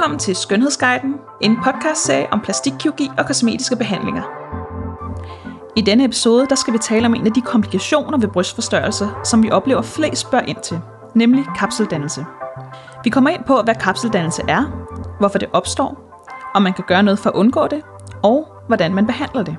Velkommen til Skønhedsguiden, en podcastserie om plastikkirurgi og kosmetiske behandlinger. I denne episode der skal vi tale om en af de komplikationer ved brystforstørrelse, som vi oplever flest spørger ind til, nemlig kapseldannelse. Vi kommer ind på, hvad kapseldannelse er, hvorfor det opstår, om man kan gøre noget for at undgå det, og hvordan man behandler det.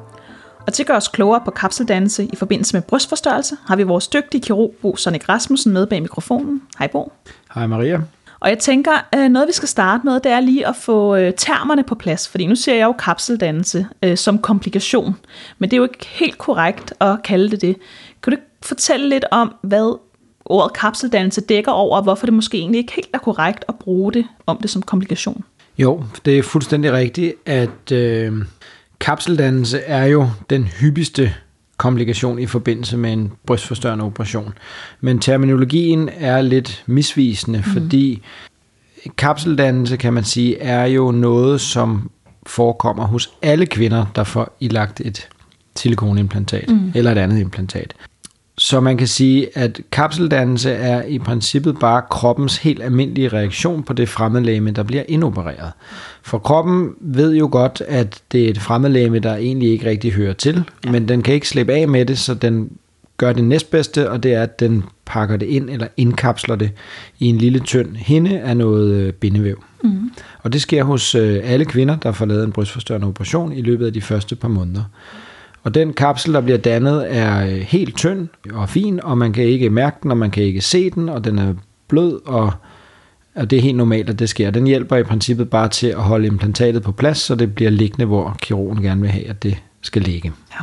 Og til at gøre os klogere på kapseldannelse i forbindelse med brystforstørrelse, har vi vores dygtige kirurg Bo Sonnik Rasmussen med bag mikrofonen. Hej Bo. Hej Maria. Og jeg tænker, noget vi skal starte med, det er lige at få termerne på plads, fordi nu siger jeg jo kapseldannelse som komplikation, men det er jo ikke helt korrekt at kalde det det. Kan du fortælle lidt om, hvad ordet kapseldannelse dækker over, og hvorfor det måske egentlig ikke helt er korrekt at bruge det om det som komplikation? Jo, det er fuldstændig rigtigt, at kapseldannelse er jo den hyppigste komplikation i forbindelse med en brystforstørrende operation. Men terminologien er lidt misvisende, fordi kapseldannelse, kan man sige, er jo noget, som forekommer hos alle kvinder, der får ilagt et silikonimplantat eller et andet implantat. Så man kan sige, at kapseldannelse er i princippet bare kroppens helt almindelige reaktion på det fremmedlegeme, der bliver indopereret. For kroppen ved jo godt, at det er et fremmedlegeme, der egentlig ikke rigtig hører til, men den kan ikke slippe af med det, så den gør det næstbedste, og det er, at den pakker det ind eller indkapsler det i en lille tynd hinde af noget bindevæv. Og det sker hos alle kvinder, der får lavet en brystforstørrende operation i løbet af de første par måneder. Og den kapsel, der bliver dannet, er helt tynd og fin, og man kan ikke mærke den, og man kan ikke se den, og den er blød, og det er helt normalt, at det sker. Den hjælper i princippet bare til at holde implantatet på plads, så det bliver liggende, hvor kirurgen gerne vil have, at det skal ligge. Ja.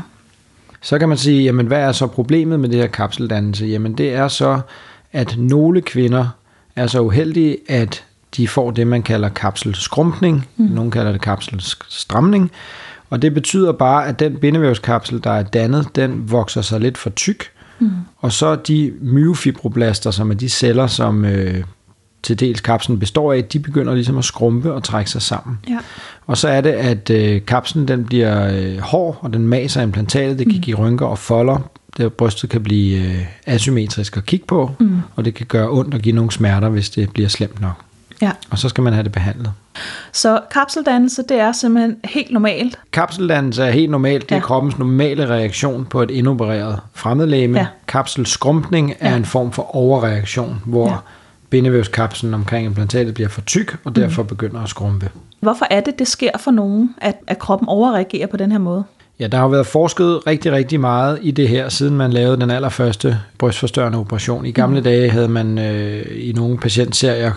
Så kan man sige, jamen hvad er så problemet med det her kapseldannelse? Jamen det er så, at nogle kvinder er så uheldige, at de får det, man kalder kapselskrumpning. Nogle kalder det kapselstramning. Og det betyder bare, at den bindevævskapsel, der er dannet, den vokser sig lidt for tyk. Og så de myofibroblaster, som er de celler, som til dels kapslen består af, de begynder ligesom at skrumpe og trække sig sammen. Ja. Og så er det, at kapslen den bliver hård, og den maser implantatet, det kan give rynker og folder. Det brystet kan blive asymmetrisk at kigge på, og det kan gøre ondt og give nogle smerter, hvis det bliver slemt nok. Ja. Og så skal man have det behandlet. Så kapseldannelse, det er simpelthen helt normalt? Kapseldannelse er helt normalt. Det er kroppens normale reaktion på et indopereret fremmedlegeme. Ja. Kapselskrumpning er en form for overreaktion, hvor bindevævskapslen omkring implantatet bliver for tyk, og derfor begynder at skrumpe. Hvorfor er det sker for nogen, at kroppen overreagerer på den her måde? Ja, der har været forsket rigtig, rigtig meget i det her, siden man lavede den allerførste brystforstørrende operation. I gamle dage havde man i nogle patientserier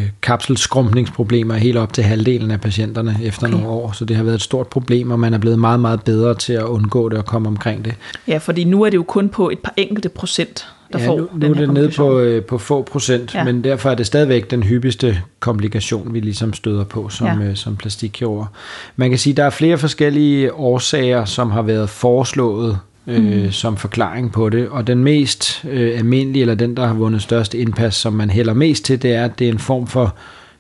kapselskrumpningsproblemer helt op til halvdelen af patienterne efter nogle år. Så det har været et stort problem, og man er blevet meget, meget bedre til at undgå det og komme omkring det. Ja, fordi nu er det jo kun på et par enkelte procent, der får den her komplikation. Nu er det nede på få procent, men derfor er det stadigvæk den hyppigste komplikation, vi ligesom støder på som plastikkirurger. Man kan sige, at der er flere forskellige årsager, som har været foreslået som forklaring på det, og den mest almindelige, eller den, der har vundet størst indpas, som man hælder mest til, det er, at det er en form for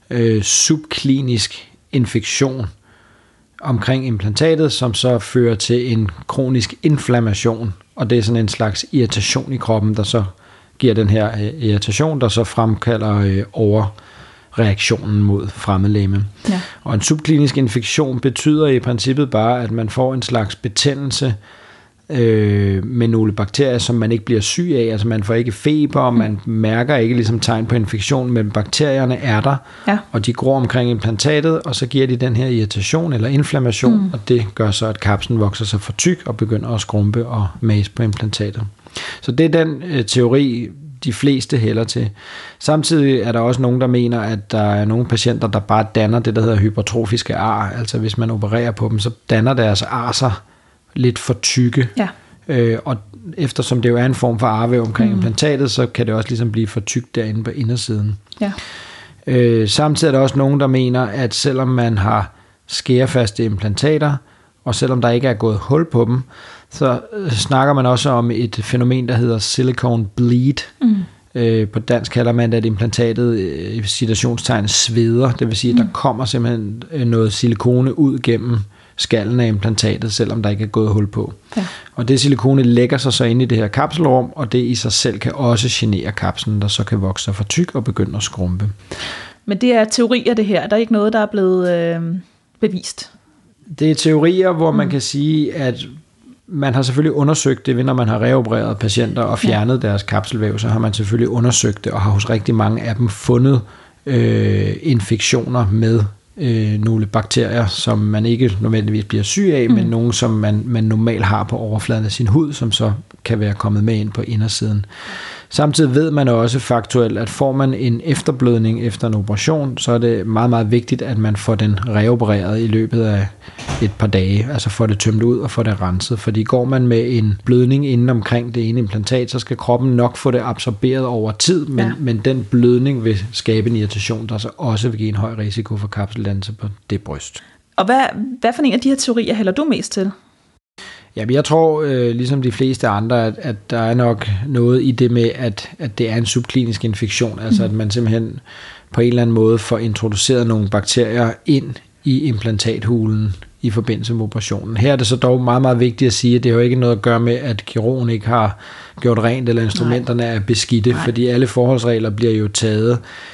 subklinisk infektion omkring implantatet, som så fører til en kronisk inflammation, og det er sådan en slags irritation i kroppen, der så giver den her irritation, der så fremkalder overreaktionen mod fremmedlegeme. Ja. Og en subklinisk infektion betyder i princippet bare, at man får en slags betændelse med nogle bakterier, som man ikke bliver syg af. Altså man får ikke feber, og man mærker ikke ligesom tegn på infektion, men bakterierne er der, og de gror omkring implantatet, og så giver de den her irritation eller inflammation, og det gør så, at kapslen vokser sig for tyk og begynder at skrumpe og mase på implantatet. Så det er den teori, de fleste hælder til. Samtidig er der også nogen, der mener, at der er nogle patienter, der bare danner det, der hedder hypertrofiske ar. Altså hvis man opererer på dem, så danner deres ar sig lidt for tykke. Ja. Og eftersom det jo er en form for arvæv omkring implantatet, så kan det også ligesom blive for tykt derinde på indersiden. Ja. Samtidig er der også nogen, der mener, at selvom man har skærefaste implantater, og selvom der ikke er gået hul på dem, så snakker man også om et fænomen, der hedder silicone bleed. På dansk kalder man det, at implantatet i citationstegn sveder. Det vil sige, at der kommer simpelthen noget silikone ud gennem skallen af implantatet, selvom der ikke er gået hul på. Ja. Og det silikone lægger sig så ind i det her kapselrum, og det i sig selv kan også genere kapslen, der så kan vokse sig for tyk og begynde at skrumpe. Men det er teorier, det her. Der er ikke noget, der er blevet bevist. Det er teorier, hvor man kan sige, at man har selvfølgelig undersøgt det, når man har reopereret patienter og fjernet deres kapselvæv, så har man selvfølgelig undersøgt det, og har hos rigtig mange af dem fundet infektioner med nogle bakterier, som man ikke nødvendigvis bliver syg af, men nogle, som man normalt har på overfladen af sin hud, som så kan være kommet med ind på indersiden. Samtidig ved man også faktuelt, at får man en efterblødning efter en operation, så er det meget, meget vigtigt, at man får den reopereret i løbet af et par dage, altså får det tømt ud og får det renset. Fordi går man med en blødning inden omkring det ene implantat, så skal kroppen nok få det absorberet over tid, men den blødning vil skabe en irritation, der så også vil give en høj risiko for kapseldannelse på det bryst. Og hvad for en af de her teorier hælder du mest til? Ja, jeg tror, ligesom de fleste andre, at der er nok noget i det med, at det er en subklinisk infektion, altså at man simpelthen på en eller anden måde får introduceret nogle bakterier ind i implantathulen i forbindelse med operationen. Her er det så dog meget, meget vigtigt at sige, at det har jo ikke noget at gøre med, at kirurgen ikke har gjort rent, eller instrumenterne er beskidte, fordi alle forholdsregler bliver jo taget.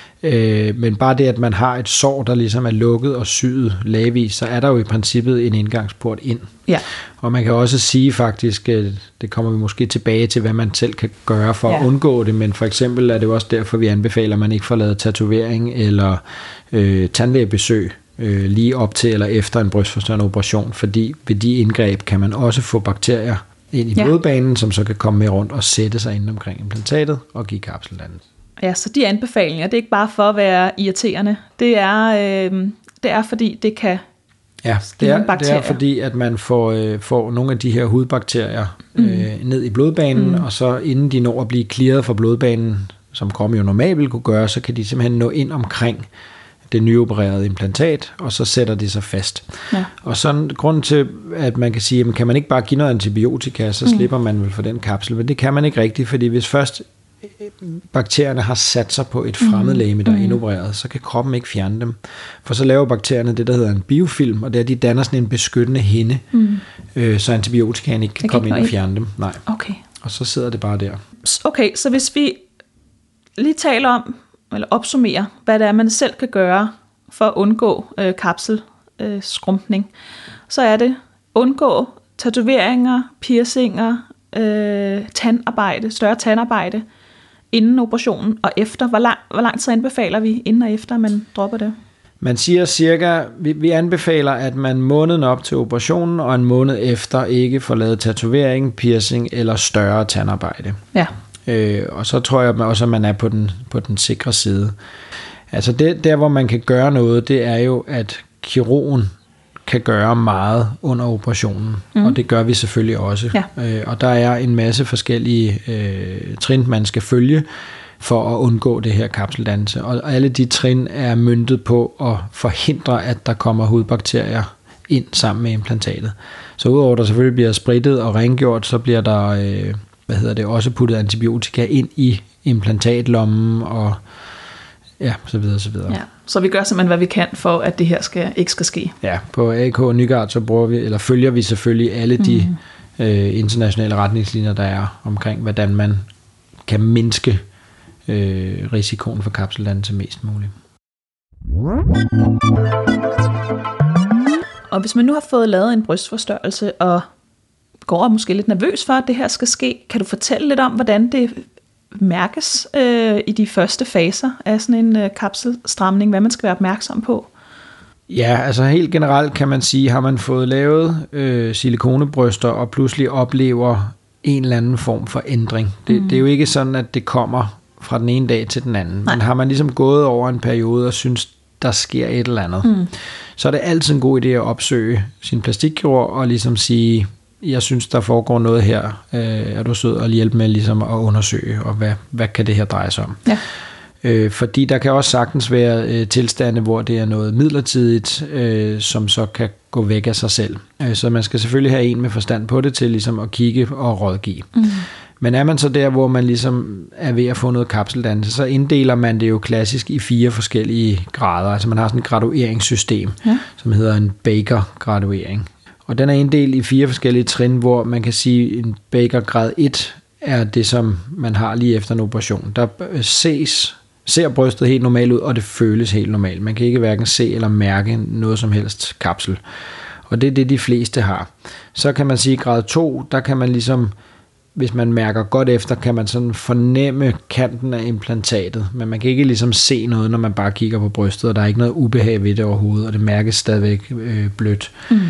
Men bare det, at man har et sår, der ligesom er lukket og syet lagvis, så er der jo i princippet en indgangsport ind. Ja. Og man kan også sige faktisk, det kommer vi måske tilbage til, hvad man selv kan gøre for at undgå det, men for eksempel er det jo også derfor, vi anbefaler, at man ikke får lavet tatovering eller tandlægebesøg lige op til eller efter en brystforstørrende operation, fordi ved de indgreb kan man også få bakterier ind i blodbanen, som så kan komme med rundt og sætte sig inde omkring implantatet og give kapseldannelse. Ja, så de anbefalinger, det er ikke bare for at være irriterende. Det er fordi det kan det er fordi, at man får nogle af de her hudbakterier ned i blodbanen, og så inden de når at blive clearet fra blodbanen, som kroppen jo normalt vil kunne gøre, så kan de simpelthen nå ind omkring det nyopererede implantat, og så sætter det sig fast. Ja. Og sådan grunden til, at man kan sige, jamen, kan man ikke bare give noget antibiotika, så slipper man vel for den kapsel, men det kan man ikke rigtigt, fordi hvis først bakterierne har sat sig på et fremmedlegeme, der er indopereret, så kan kroppen ikke fjerne dem. For så laver bakterierne det, der hedder en biofilm, og det er, de danner sådan en beskyttende hinde, så antibiotikaen ikke kan komme ind og fjerne dem. Nej. Okay. Og så sidder det bare der. Okay, så hvis vi lige taler om, eller opsummerer, hvad det er, man selv kan gøre for at undgå kapselskrumpning, så er det undgå tatoveringer, piercinger, tandarbejde, større tandarbejde inden operationen og efter. Hvor lang tid anbefaler vi inden og efter, man dropper det? Man siger cirka, vi anbefaler, at man måneden op til operationen og en måned efter ikke får lavet tatovering, piercing eller større tandarbejde. Ja. Og så tror jeg også, at man er på den sikre side. Altså der, hvor man kan gøre noget, det er jo, at kirurgen kan gøre meget under operationen, og det gør vi selvfølgelig også. Ja. Og der er en masse forskellige trin, man skal følge for at undgå det her kapseldannelse. Og alle de trin er møntet på at forhindre, at der kommer hudbakterier ind sammen med implantatet. Så udover at der selvfølgelig bliver spritet og rengjort, så bliver der også puttet antibiotika ind i implantatlommen og så videre, så videre. Ja, så vi gør simpelthen, hvad vi kan for, at det her ikke skal ske. Ja, på AK Nygaard, så følger vi selvfølgelig alle de internationale retningslinjer, der er omkring, hvordan man kan mindske risikoen for kapseldannelse mest muligt. Og hvis man nu har fået lavet en brystforstørrelse, og går måske lidt nervøs for, at det her skal ske, kan du fortælle lidt om, hvordan det mærkes i de første faser af sådan en kapselstramning, hvad man skal være opmærksom på? Ja, altså helt generelt kan man sige, har man fået lavet silikonebryster og pludselig oplever en eller anden form for ændring. Det er jo ikke sådan, at det kommer fra den ene dag til den anden. Nej. Men har man ligesom gået over en periode og synes, der sker et eller andet, så er det altid en god idé at opsøge sin plastikkirurg og ligesom sige, jeg synes, der foregår noget her. Er du sød at hjælpe med ligesom at undersøge, og hvad kan det her dreje sig om? Ja. Fordi der kan også sagtens være tilstande, hvor det er noget midlertidigt, som så kan gå væk af sig selv. Så man skal selvfølgelig have en med forstand på det til ligesom at kigge og rådgive. Men er man så der, hvor man ligesom er ved at få noget kapseldannelse, så inddeler man det jo klassisk i 4 forskellige grader. Altså man har sådan et gradueringssystem, som hedder en Baker-graduering. Og den er inddelt i 4 forskellige trin, hvor man kan sige, en Baker grad 1 er det, som man har lige efter en operation. Der ses ser brystet helt normalt ud, og det føles helt normalt. Man kan ikke hverken se eller mærke noget som helst kapsel. Og det er det, de fleste har. Så kan man sige, i grad 2, der kan man ligesom, hvis man mærker godt efter, kan man sådan fornemme kanten af implantatet. Men man kan ikke ligesom se noget, når man bare kigger på brystet, og der er ikke noget ubehag ved det overhovedet, og det mærkes stadigvæk blødt.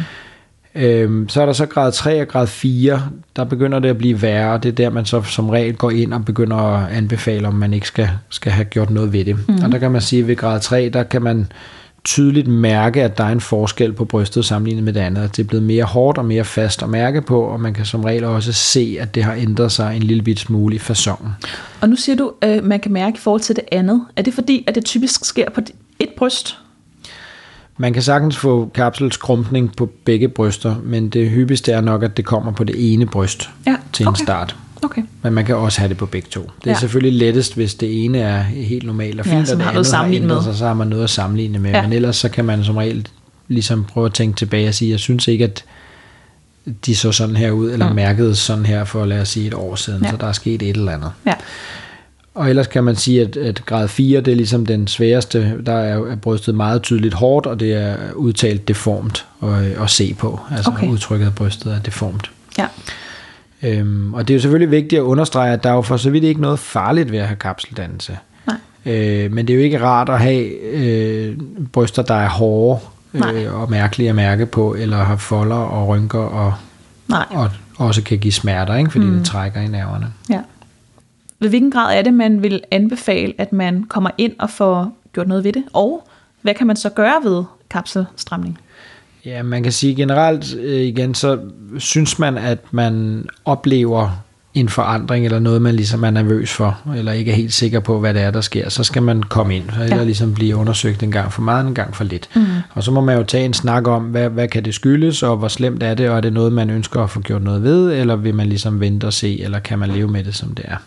Så er der så grad 3 og grad 4, der begynder det at blive værre. Det er der, man så som regel går ind og begynder at anbefale, om man ikke skal have gjort noget ved det. Og der kan man sige, at ved grad 3, der kan man tydeligt mærke, at der er en forskel på brystet sammenlignet med det andet. Det er blevet mere hårdt og mere fast at mærke på, og man kan som regel også se, at det har ændret sig en lille bit smule i faconen. Og nu siger du, at man kan mærke i forhold til det andet. Er det fordi, at det typisk sker på et bryst? Man kan sagtens få kapselskrumpning på begge bryster, men det hyppigste er nok, at det kommer på det ene bryst til en start. Okay. Men man kan også have det på begge to. Det er selvfølgelig lettest, hvis det ene er helt normalt og fint, og det andet har ændret sig, så har man noget at sammenligne med. Men ellers så kan man som regel ligesom prøve at tænke tilbage og sige, jeg synes ikke, at de så sådan her ud, eller mærkede sådan her for, lad os sige, et år siden, så der er sket et eller andet. Ja. Og ellers kan man sige, at grad 4, det er ligesom den sværeste. Der er brystet meget tydeligt hårdt, og det er udtalt deformt at se på. Altså udtrykket af brystet er deformt. Ja. Og det er jo selvfølgelig vigtigt at understrege, at der er jo for så vidt ikke noget farligt ved at have kapseldannelse. Men det er jo ikke rart at have bryster, der er hårde og mærkelige at mærke på, eller har folder og rynker, og også kan give smerter, ikke? Fordi det trækker i nerverne. Ja. Ved hvilken grad er det, man vil anbefale, at man kommer ind og får gjort noget ved det? Og hvad kan man så gøre ved kapselstramning? Ja, man kan sige generelt igen, så synes man, at man oplever en forandring, eller noget, man ligesom er nervøs for, eller ikke er helt sikker på, hvad det er, der sker, så skal man komme ind, eller ligesom blive undersøgt en gang for meget, en gang for lidt. Og så må man jo tage en snak om, hvad kan det skyldes, og hvor slemt er det, og er det noget, man ønsker at få gjort noget ved, eller vil man ligesom vente og se, eller kan man leve med det, som det er.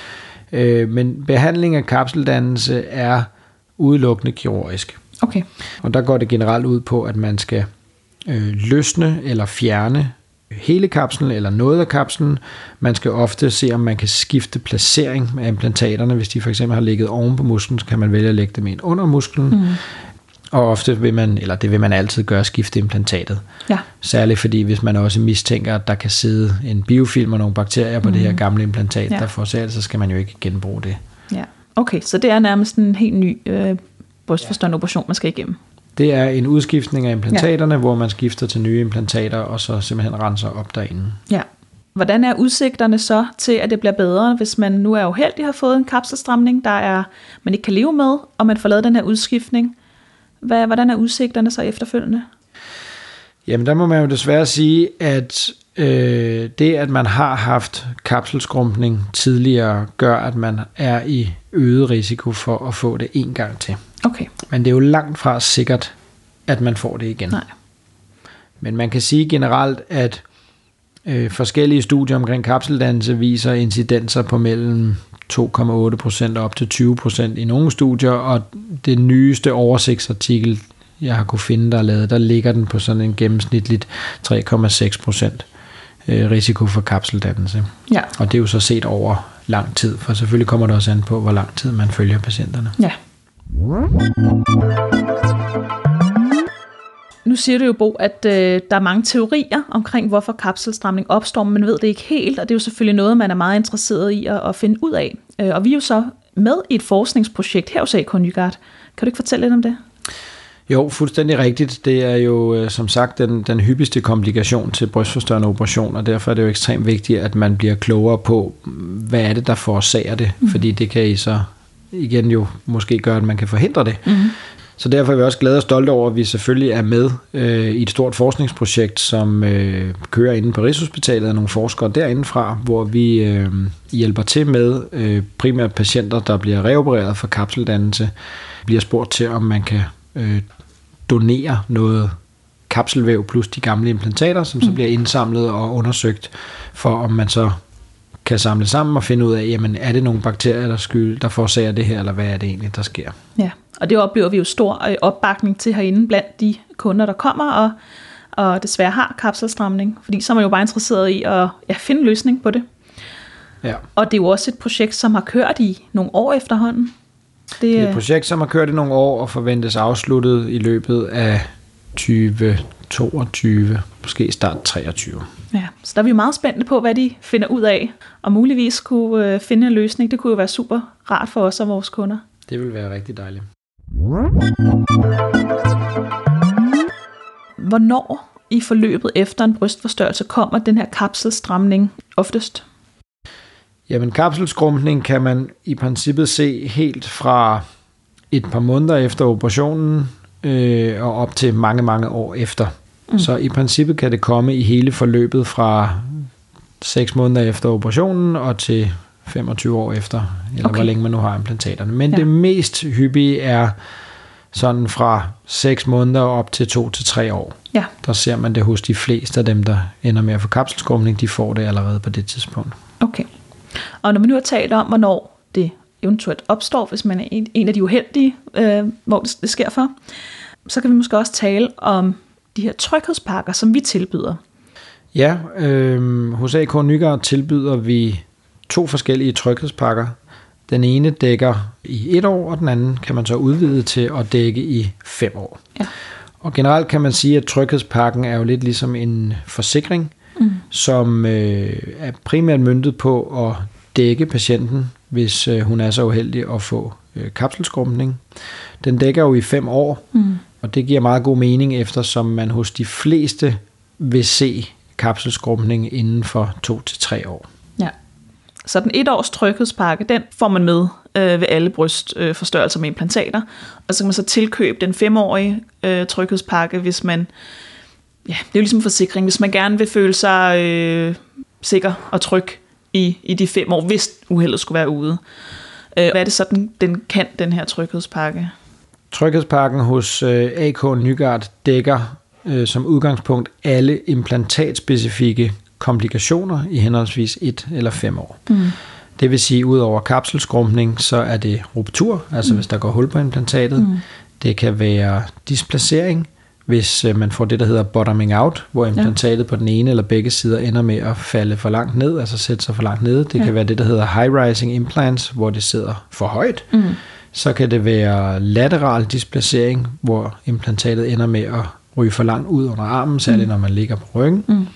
Ja. Men behandling af kapseldannelse er udelukkende kirurgisk. Okay. Og der går det generelt ud på, at man skal løsne eller fjerne hele kapslen eller noget af kapslen. Man skal ofte se, om man kan skifte placering af implantaterne. Hvis de for eksempel har ligget oven på musklen, så kan man vælge at lægge dem ind under musklen. Og ofte vil man, eller det vil man altid gøre, skifte implantatet. Ja. Særligt fordi, hvis man også mistænker, at der kan sidde en biofilm og nogle bakterier på det her gamle implantat, der forårsager, så skal man jo ikke genbruge det. Ja. Okay, så det er nærmest en helt ny brystforstørrende operation, man skal igennem. Det er en udskiftning af implantaterne, hvor man skifter til nye implantater, og så simpelthen renser op derinde. Ja. Hvordan er udsigterne så til, at det bliver bedre, hvis man nu er uheldig har fået en kapselstramning, man ikke kan leve med, og man får lavet den her udskiftning? Hvordan er udsigterne så efterfølgende? Jamen der må man jo desværre sige, at det, at man har haft kapselskrumpning tidligere, gør, at man er i øget risiko for at få det en gang til. Okay. Men det er jo langt fra sikkert, at man får det igen. Nej. Men man kan sige generelt, at forskellige studier omkring kapseldannelse viser incidenser på mellem 2,8% op til 20% i nogle studier, og det nyeste oversigtsartikel, jeg har kunne finde, der er lavet, der ligger den på sådan en gennemsnitligt 3,6% risiko for kapseldannelse. Ja. Og det er jo så set over lang tid, for selvfølgelig kommer det også an på, hvor lang tid man følger patienterne. Ja. Nu siger du jo, Bo, at der er mange teorier omkring, hvorfor kapselstramning opstår, men man ved det ikke helt, og det er jo selvfølgelig noget, man er meget interesseret i at finde ud af. Og vi er jo så med i et forskningsprojekt her hos AK Nygard. Kan du ikke fortælle lidt om det? Jo, fuldstændig rigtigt. Det er jo som sagt den hyppigste komplikation til brystforstørrende operation, og derfor er det jo ekstremt vigtigt, at man bliver klogere på, hvad er det, der forårsager det, fordi det kan I så igen jo måske gøre, at man kan forhindre det. Så derfor er vi også glade og stolte over, at vi selvfølgelig er med i et stort forskningsprojekt, som kører inde på Rigshospitalet af nogle forskere derindefra, hvor vi hjælper til med primært patienter, der bliver reopereret for kapseldannelse, bliver spurgt til, om man kan donere noget kapselvæv plus de gamle implantater, som så bliver indsamlet og undersøgt, for om man så kan samle sammen og finde ud af, jamen er det nogle bakterier, der forårsager det her, eller hvad er det egentlig, der sker? Ja, og det oplever vi jo stor opbakning til herinde blandt de kunder, der kommer og desværre har kapselstramning, fordi så er man jo bare interesseret i at finde en løsning på det. Ja. Og det er jo også et projekt, som har kørt i nogle år efterhånden. Det er et projekt, som har kørt i nogle år og forventes afsluttet i løbet af 2022, måske start 23. Ja, så der er vi meget spændte på, hvad de finder ud af, og muligvis kunne finde en løsning. Det kunne jo være super rart for os og vores kunder. Det vil være rigtig dejligt. Hvornår i forløbet efter en brystforstørrelse kommer den her kapselstramning oftest? Jamen, kapselskrumpning kan man i princippet se helt fra et par måneder efter operationen og op til mange, mange år efter. Så i princippet kan det komme i hele forløbet fra 6 måneder efter operationen og til 25 år efter, eller hvor længe man nu har implantaterne. Men det mest hyppige er sådan fra 6 måneder op til 2 til 3 år. Ja. Der ser man det hos de fleste af dem, der ender med at få kapselskrumpning, de får det allerede på det tidspunkt. Okay. Og når vi nu har talt om, hvornår det eventuelt opstår, hvis man er en af de uheldige, hvor det sker for, så kan vi måske også tale om de her tryghedspakker, som vi tilbyder. Ja, hos AK Nygaard tilbyder vi 2 forskellige tryghedspakker. Den ene dækker i 1 år, og den anden kan man så udvide til at dække i 5 år. Ja. Og generelt kan man sige, at tryghedspakken er jo lidt ligesom en forsikring, som er primært møntet på at dække patienten, hvis hun er så uheldig at få kapselskrumpning. Den dækker jo i 5 år, og det giver meget god mening, eftersom man hos de fleste vil se kapselskrumpning inden for 2 til 3 år. Ja. Så den 1 års tryghedspakke, den får man med ved alle brystforstørrelser med implantater, og så kan man så tilkøbe den 5-årige tryghedspakke, hvis man, ja, det er jo ligesom en forsikring, hvis man gerne vil føle sig sikker og tryg i de 5 år, hvis uheldet skulle være ude. Hvad er det så, den kan, den her tryghedspakke? Tryghedspakken hos AK Nygaard dækker som udgangspunkt alle implantatspecifikke komplikationer i henholdsvis 1 eller 5 år. Det vil sige, ud over kapselskrumpning, så er det ruptur, altså hvis der går hul på implantatet. Det kan være displacering, hvis man får det, der hedder bottoming out, hvor implantatet på den ene eller begge sider ender med at falde for langt ned, altså sætte sig for langt ned. Det kan være det, der hedder high-rising implants, hvor det sidder for højt. Så kan det være lateral displacering, hvor implantatet ender med at ryge for langt ud under armen, særligt når man ligger på ryggen.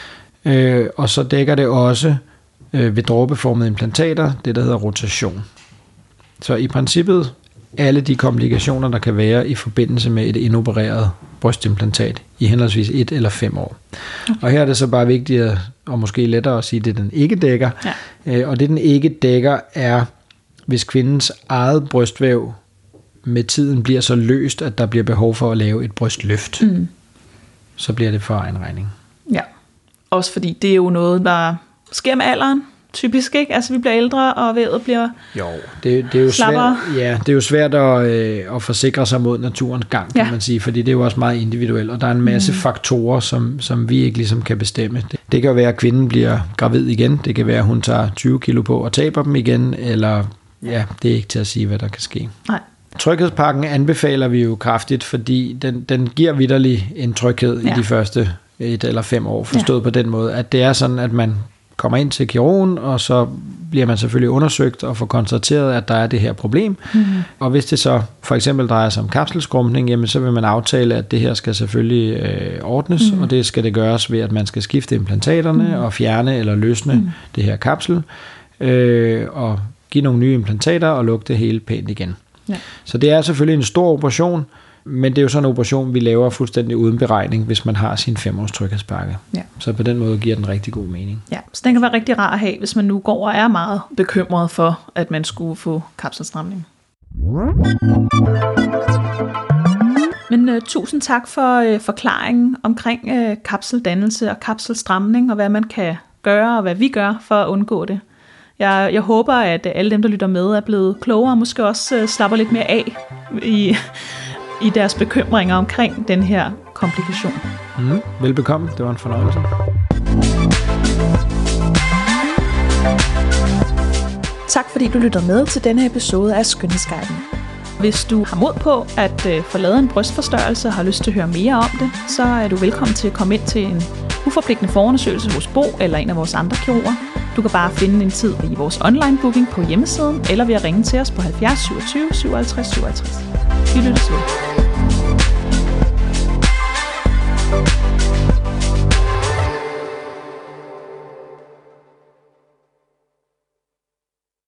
Og så dækker det også ved dråbeformede implantater, det der hedder rotation. Så i princippet alle de komplikationer, der kan være i forbindelse med et indopereret brystimplantat i henholdsvis 1 eller 5 år. Og her er det så bare vigtigt, og måske lettere at sige, det den ikke dækker. Og det den ikke dækker er, hvis kvindens eget brystvæv med tiden bliver så løst, at der bliver behov for at lave et brystløft. Så bliver det for egen regning. Ja, også fordi det er jo noget, der sker med alderen. Typisk, ikke? Altså vi bliver ældre, og vævet bliver det er jo svært, det er jo svært at forsikre sig mod naturens gang, kan man sige, fordi det er jo også meget individuelt, og der er en masse faktorer, som vi ikke ligesom kan bestemme. Det kan jo være, at kvinden bliver gravid igen, det kan være, at hun tager 20 kilo på og taber dem igen, eller det er ikke til at sige, hvad der kan ske. Nej. Tryghedspakken anbefaler vi jo kraftigt, fordi den giver vitterlig en tryghed i de første 1 eller 5 år, forstået på den måde, at det er sådan, at man kommer ind til kirurgen, og så bliver man selvfølgelig undersøgt og får konstateret, at der er det her problem. Og hvis det så for eksempel drejer sig om kapselskrumpning, jamen så vil man aftale, at det her skal selvfølgelig ordnes, og det skal det gøres ved, at man skal skifte implantaterne og fjerne eller løsne det her kapsel, og give nogle nye implantater og lukke det hele pænt igen. Ja. Så det er selvfølgelig en stor operation, men det er jo sådan en operation, vi laver fuldstændig uden beregning, hvis man har sin 5-års tryghedspakke. Ja. Så på den måde giver den rigtig god mening. Ja, så den kan være rigtig rar at have, hvis man nu går og er meget bekymret for, at man skulle få kapselstramning. Men tusind tak for forklaringen omkring kapseldannelse og kapselstramning, og hvad man kan gøre, og hvad vi gør for at undgå det. Jeg håber, at alle dem, der lytter med, er blevet klogere, og måske også slapper lidt mere af i deres bekymringer omkring den her komplikation. Velbekomme, det var en fornøjelse. Tak fordi du lytter med til denne episode af Skønhedsguiden. Hvis du har mod på at få lavet en brystforstørrelse og har lyst til at høre mere om det, så er du velkommen til at komme ind til en uforpligtende forundersøgelse hos Bo eller en af vores andre kirurger. Du kan bare finde en tid i vores online booking på hjemmesiden, eller ved at ringe til os på 70 27 57 57. Vi lyttes ved.